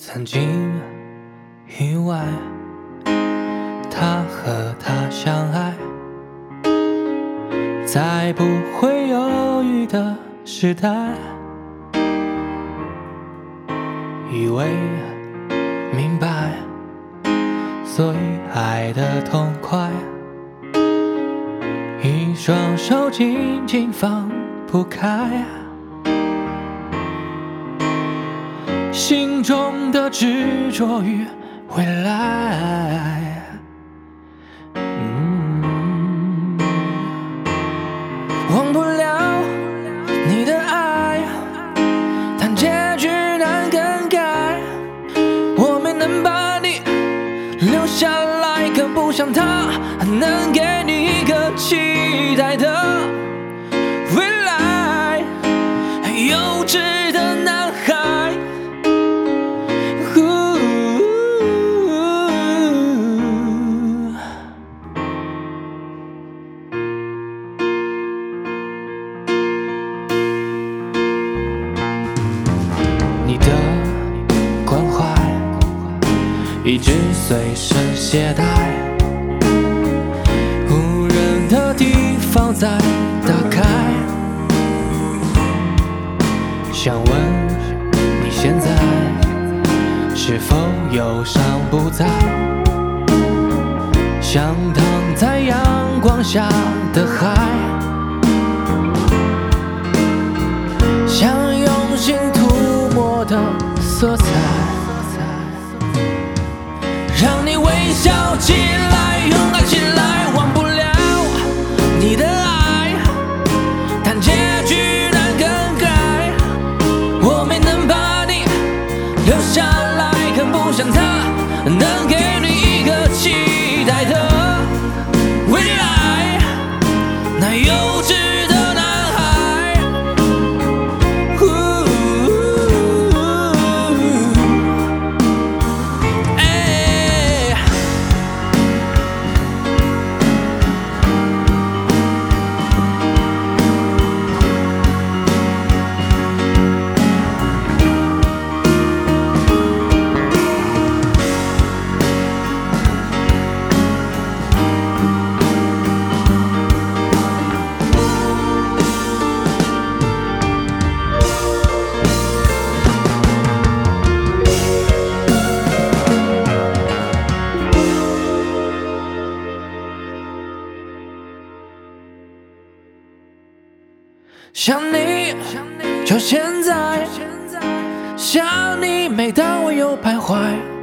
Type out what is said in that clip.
曾经意外，他和她相爱，在不会犹豫的时代，以为明白，所以爱得痛快，一双手紧紧放不开，心中的执着与未来。忘不了你的爱，但结局难更改。我没能把你留下来，可不想他能给你一个期待的未来。幼稚的男孩，你的关怀一直随身携带，无人的地方再打开。想问你现在是否忧伤不再，像躺在阳光下的海，像用心涂抹的色彩，让你微笑起来，勇敢起来。忘不了你的爱，但结局难更改。我没能把你留下来，可不想他能给你一个期待的未来。那幼稚的男孩，想你就现在，想你每当我又徘徊。